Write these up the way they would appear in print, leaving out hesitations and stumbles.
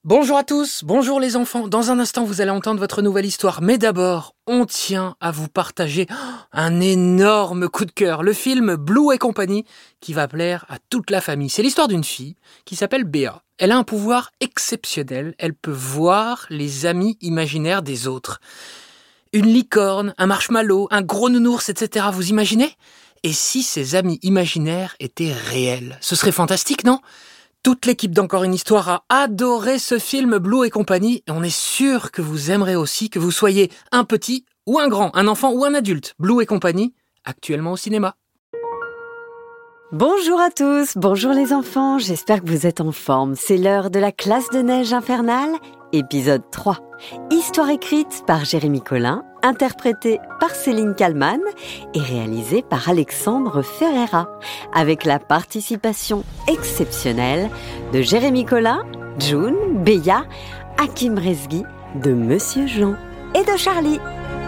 Bonjour à tous, bonjour les enfants. Dans un instant, vous allez entendre votre nouvelle histoire. Mais d'abord, on tient à vous partager un énorme coup de cœur. Le film Blue et compagnie qui va plaire à toute la famille. C'est l'histoire d'une fille qui s'appelle Béa. Elle a un pouvoir exceptionnel. Elle peut voir les amis imaginaires des autres. Une licorne, un marshmallow, un gros nounours, etc. Vous imaginez ? Et si ces amis imaginaires étaient réels ? Ce serait fantastique, non ? Toute l'équipe d'Encore une histoire a adoré ce film Blue et compagnie et on est sûr que vous aimerez aussi, que vous soyez un petit ou un grand, un enfant ou un adulte. Blue et compagnie, actuellement au cinéma. Bonjour à tous, bonjour les enfants, j'espère que vous êtes en forme. C'est l'heure de la classe de neige infernale, épisode 3. Histoire écrite par Jérémy Collin, interprétée par Céline Kallmann et réalisée par Alexandre Ferreira, avec la participation exceptionnelle de Jérémy Collin, June, Béa, Hakim Rezghi, de Monsieur Jean et de Charlie.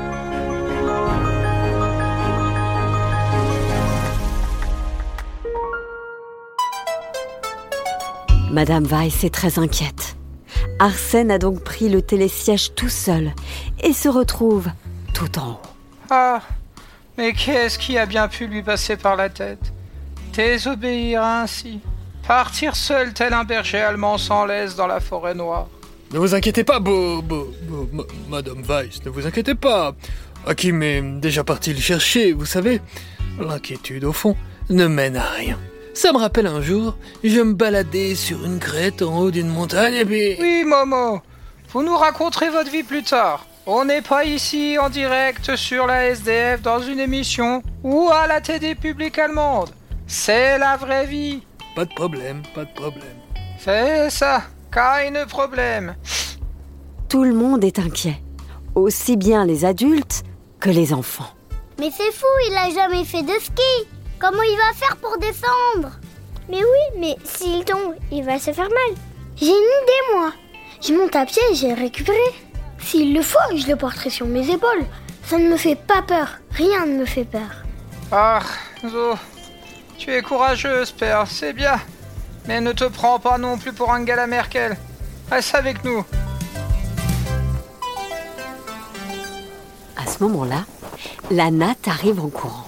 Madame Weiss est très inquiète. Arsène a donc pris le télésiège tout seul et se retrouve tout en haut. Ah, mais qu'est-ce qui a bien pu lui passer par la tête ? Désobéir ainsi, partir seul tel un berger allemand sans laisse dans la forêt noire. Ne vous inquiétez pas, Madame Weiss, ne vous inquiétez pas. Hakim est déjà parti le chercher, vous savez. L'inquiétude, au fond, ne mène à rien. Ça me rappelle un jour, je me baladais sur une crête en haut d'une montagne et puis... Oui, Momo, vous nous raconterez votre vie plus tard. On n'est pas ici en direct sur la SDF dans une émission ou à la TD publique allemande. C'est la vraie vie. Pas de problème, pas de problème. C'est ça, kein problème. Tout le monde est inquiet, aussi bien les adultes que les enfants. Mais c'est fou, il a jamais fait de ski. Comment il va faire pour descendre ? Mais oui, mais s'il tombe, il va se faire mal. J'ai une idée, moi. Je monte à pied et j'ai récupéré. S'il le faut, je le porterai sur mes épaules. Ça ne me fait pas peur. Rien ne me fait peur. Ah, Zo, tu es courageuse, père, c'est bien. Mais ne te prends pas non plus pour Angela Merkel. Reste avec nous. À ce moment-là, la natte arrive en courant.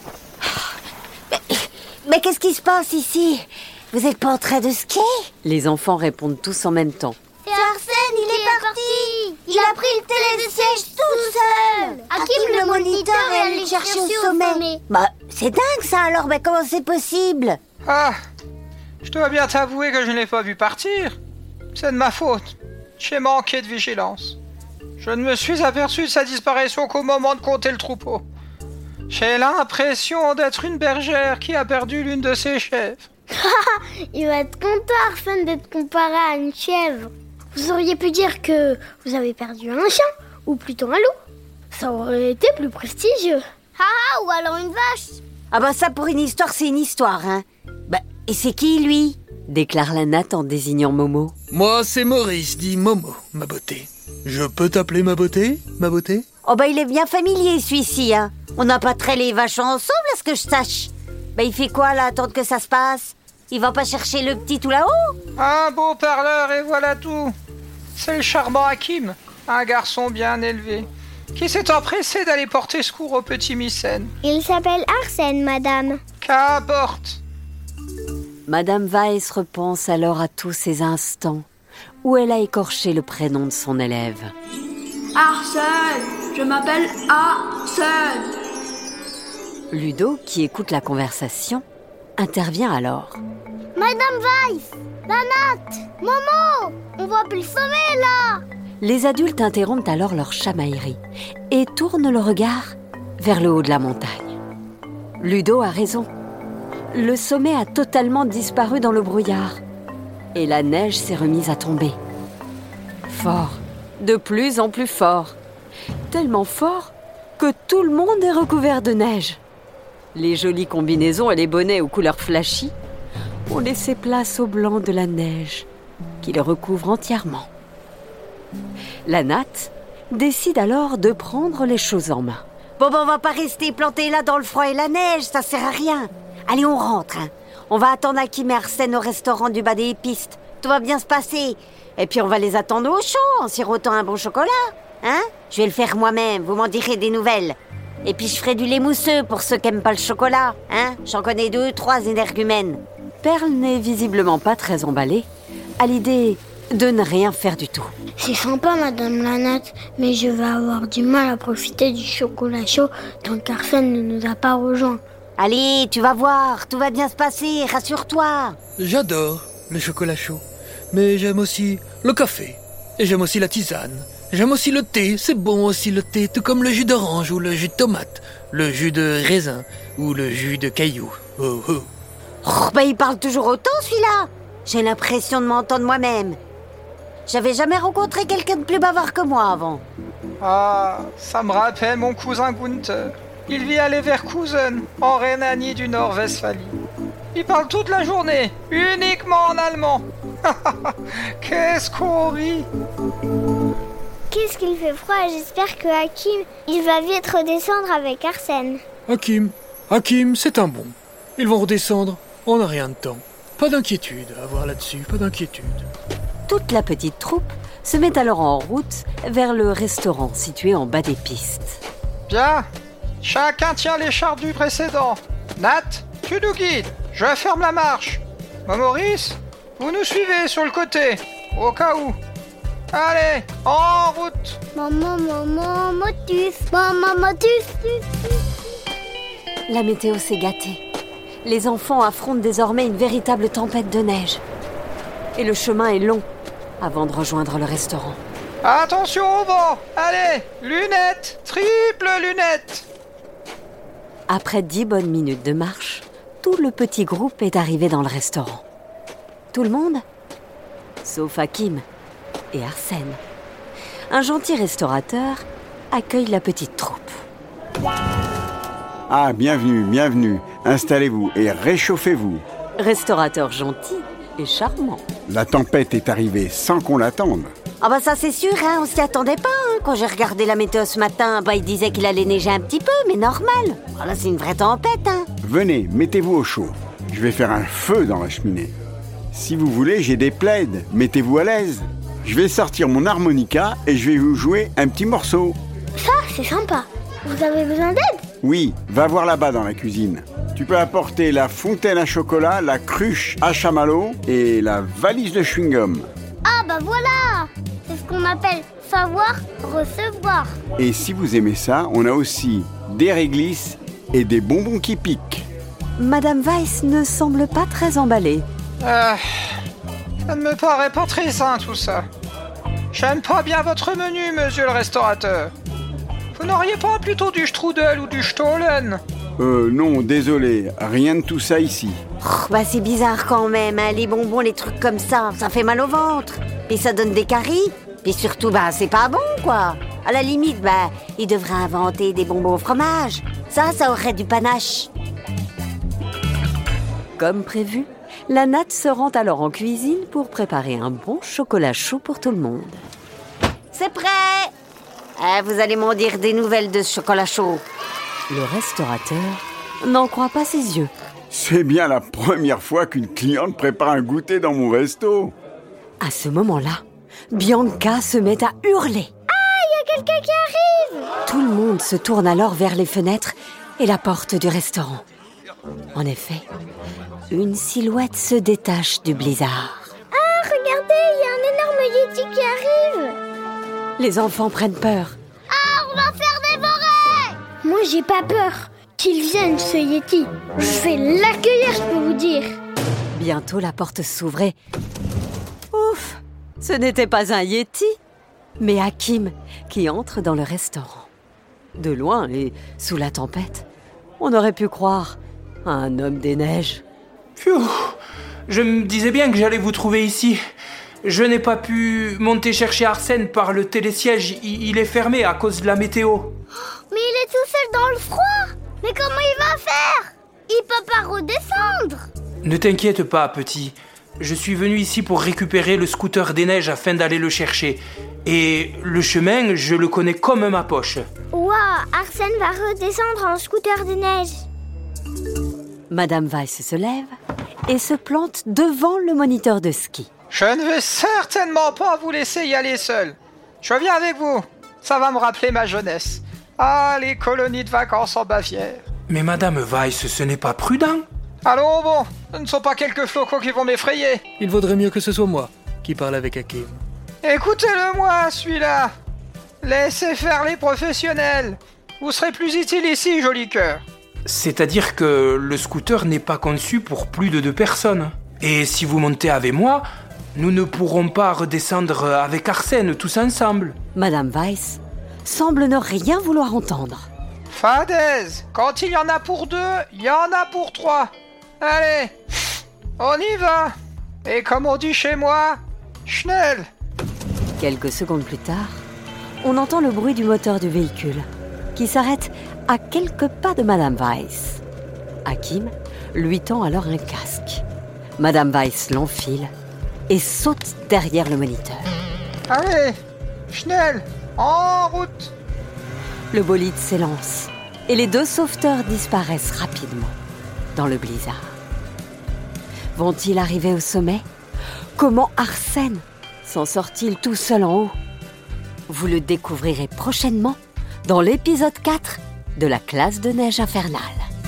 Mais qu'est-ce qui se passe ici ? Vous êtes pas en train de skier ? Les enfants répondent tous en même temps. C'est Arsène, il est parti. Il a pris le télésiège tout seul. Hakim, le moniteur, est allé chercher au sommet. Bah, c'est dingue ça alors, mais comment c'est possible ? Ah, je dois bien t'avouer que je ne l'ai pas vu partir. C'est de ma faute. J'ai manqué de vigilance. Je ne me suis aperçu de sa disparition qu'au moment de compter le troupeau. J'ai l'impression d'être une bergère qui a perdu l'une de ses chèvres. Il va être content, Arsène, d'être comparé à une chèvre. Vous auriez pu dire que vous avez perdu un chien, ou plutôt un loup. Ça aurait été plus prestigieux. Ah, ou alors une vache. Ah bah ça pour une histoire, c'est une histoire, hein. Bah, et c'est qui lui ? Déclare la natte en désignant Momo. Moi, c'est Maurice, dit Momo, ma beauté. Je peux t'appeler ma beauté, ma beauté ? Oh bah il est bien familier celui-ci, hein. On n'a pas traité les vaches ensemble, à ce que je sache. Bah il fait quoi là, attendre que ça se passe ? Il va pas chercher le petit tout là-haut ? Un beau parleur et voilà tout. C'est le charmant Hakim, un garçon bien élevé, qui s'est empressé d'aller porter secours au petit Mycène. Il s'appelle Arsène, madame. Qu'importe. Madame Weiss repense alors à tous ces instants où elle a écorché le prénom de son élève. Arsène, je m'appelle Arsène. Ludo, qui écoute la conversation, intervient alors. Madame Weiss, la natte, Momo, on voit plus le sommet là. Les adultes interrompent alors leur chamaillerie et tournent le regard vers le haut de la montagne. Ludo a raison. Le sommet a totalement disparu dans le brouillard et la neige s'est remise à tomber. Fort, de plus en plus fort. Tellement fort que tout le monde est recouvert de neige. Les jolies combinaisons et les bonnets aux couleurs flashy ont laissé place au blanc de la neige qui les recouvre entièrement. La natte décide alors de prendre les choses en main. Bon ben on va pas rester plantés là dans le froid et la neige, ça sert à rien. Allez on rentre, hein. On va attendre Hakim et Arsène au restaurant du bas des pistes. tout va bien se passer. Et puis on va les attendre au chaud en sirotant un bon chocolat. Hein? Je vais le faire moi-même, vous m'en direz des nouvelles. Et puis je ferai du lait mousseux pour ceux qui n'aiment pas le chocolat. Hein? J'en connais 2, 3 énergumènes. Perle n'est visiblement pas très emballée à l'idée de ne rien faire du tout. C'est sympa, Madame la Natte, mais je vais avoir du mal à profiter du chocolat chaud tant qu'Arsène ne nous a pas rejoints. Allez, tu vas voir, tout va bien se passer, rassure-toi. J'adore le chocolat chaud, mais j'aime aussi le café, et j'aime aussi la tisane. J'aime aussi le thé, c'est bon aussi le thé, tout comme le jus d'orange ou le jus de tomate, le jus de raisin ou le jus de caillou. Oh, oh. Oh, il parle toujours autant celui-là. J'ai l'impression de m'entendre moi-même. J'avais jamais rencontré quelqu'un de plus bavard que moi avant. Ah, ça me rappelle mon cousin Gunther. Il vit à Leverkusen, en Rhénanie du Nord-Westphalie. Il parle toute la journée, uniquement en allemand. Qu'est-ce qu'on rit! Qu'est-ce qu'il fait froid, j'espère que Hakim, il va vite redescendre avec Arsène. Hakim, c'est un bon. Ils vont redescendre, on n'a rien de temps. Pas d'inquiétude à avoir là-dessus, pas d'inquiétude. Toute la petite troupe se met alors en route vers le restaurant situé en bas des pistes. Bien, chacun tient les chartes du précédent. Nat, tu nous guides, je ferme la marche. Maurice, vous nous suivez sur le côté, au cas où. Allez, en route. Maman, motus. La météo s'est gâtée. Les enfants affrontent désormais une véritable tempête de neige. Et le chemin est long avant de rejoindre le restaurant. Attention au vent. Allez, lunettes, triple lunettes. Après 10 bonnes minutes de marche, tout le petit groupe est arrivé dans le restaurant. Tout le monde, sauf Hakim et Arsène. Un gentil restaurateur accueille la petite troupe. Ah, bienvenue. Installez-vous et réchauffez-vous. Restaurateur gentil et charmant. La tempête est arrivée sans qu'on l'attende. Ah bah ça c'est sûr, hein, on s'y attendait pas. Hein. Quand j'ai regardé la météo ce matin, il disait qu'il allait neiger un petit peu, mais normal. Ah, là c'est une vraie tempête. Hein. Venez, mettez-vous au chaud. Je vais faire un feu dans la cheminée. Si vous voulez, j'ai des plaids. Mettez-vous à l'aise. Je vais sortir mon harmonica et je vais vous jouer un petit morceau. Ça, c'est sympa. Vous avez besoin d'aide? Oui, va voir là-bas dans la cuisine. Tu peux apporter la fontaine à chocolat, la cruche à chamallow et la valise de chewing-gum. Ah bah voilà! C'est ce qu'on appelle savoir recevoir. Et si vous aimez ça, on a aussi des réglisses et des bonbons qui piquent. Madame Weiss ne semble pas très emballée. Ça ne me paraît pas très sain tout ça. J'aime pas bien votre menu, monsieur le restaurateur. Vous n'auriez pas plutôt du strudel ou du stollen? Non, désolé, rien de tout ça ici. Oh, c'est bizarre quand même, hein, les bonbons, les trucs comme ça fait mal au ventre. Et ça donne des caries. Et surtout, c'est pas bon, quoi. À la limite, il devrait inventer des bonbons au fromage. Ça aurait du panache. Comme prévu, la natte se rend alors en cuisine pour préparer un bon chocolat chaud pour tout le monde. C'est prêt! Vous allez m'en dire des nouvelles de ce chocolat chaud. Le restaurateur n'en croit pas ses yeux. C'est bien la première fois qu'une cliente prépare un goûter dans mon resto. À ce moment-là, Bianca se met à hurler. Ah, il y a quelqu'un qui arrive! Tout le monde se tourne alors vers les fenêtres et la porte du restaurant. En effet, une silhouette se détache du blizzard. Ah, regardez, il y a un énorme yéti qui arrive! Les enfants prennent peur. Ah, on va faire dévorer! Moi, j'ai pas peur. Qu'il vienne, ce yéti. Je vais l'accueillir, je peux vous dire. Bientôt, la porte s'ouvrait. Ouf, ce n'était pas un yéti, mais Hakim qui entre dans le restaurant. De loin et sous la tempête, on aurait pu croire à un homme des neiges. Phew, je me disais bien que j'allais vous trouver ici. Je n'ai pas pu monter chercher Arsène par le télésiège. Il est fermé à cause de la météo. Mais il est tout seul dans le froid. Mais comment il va faire? Il peut pas redescendre. Ne t'inquiète pas, petit. Je suis venu ici pour récupérer le scooter des neiges afin d'aller le chercher. Et le chemin, je le connais comme ma poche. Waouh, Arsène va redescendre en scooter des neiges. Madame Weiss se lève et se plante devant le moniteur de ski. Je ne vais certainement pas vous laisser y aller seul. Je viens avec vous. Ça va me rappeler ma jeunesse. Ah, les colonies de vacances en Bavière. Mais Madame Weiss, ce n'est pas prudent. Allons bon, ce ne sont pas quelques flocons qui vont m'effrayer. Il vaudrait mieux que ce soit moi qui parle avec Hakim. Écoutez-le moi, celui-là. Laissez faire les professionnels. Vous serez plus utile ici, joli cœur. C'est-à-dire que le scooter n'est pas conçu pour plus de 2 personnes. Et si vous montez avec moi, nous ne pourrons pas redescendre avec Arsène tous ensemble. Madame Weiss semble ne rien vouloir entendre. Fadaise, quand il y en a pour 2, il y en a pour 3. Allez, on y va. Et comme on dit chez moi, schnell. Quelques secondes plus tard, on entend le bruit du moteur du véhicule qui s'arrête à quelques pas de Madame Weiss. Hakim lui tend alors un casque. Madame Weiss l'enfile et saute derrière le moniteur. Allez, schnell, en route. Le bolide s'élance et les 2 sauveteurs disparaissent rapidement dans le blizzard. Vont-ils arriver au sommet? Comment Arsène s'en sort-il tout seul en haut? Vous le découvrirez prochainement dans l'épisode 4 de la classe de neige infernale.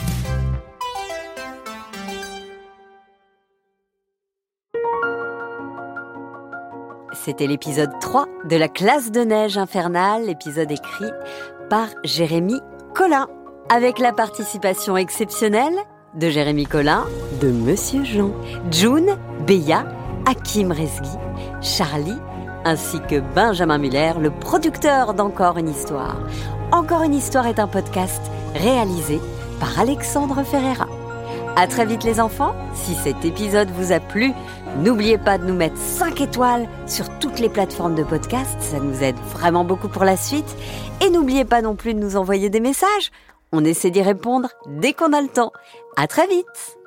C'était l'épisode 3 de la classe de neige infernale, épisode écrit par Jérémy Collin, avec la participation exceptionnelle de Jérémy Collin, de Monsieur Jean, June, Béa, Hakim Rezghi, Charlie, ainsi que Benjamin Muller, le producteur d'Encore une histoire. Encore une histoire est un podcast réalisé par Alexandre Ferreira. À très vite les enfants. Si cet épisode vous a plu, n'oubliez pas de nous mettre 5 étoiles sur toutes les plateformes de podcast. Ça nous aide vraiment beaucoup pour la suite. Et n'oubliez pas non plus de nous envoyer des messages. On essaie d'y répondre dès qu'on a le temps. À très vite.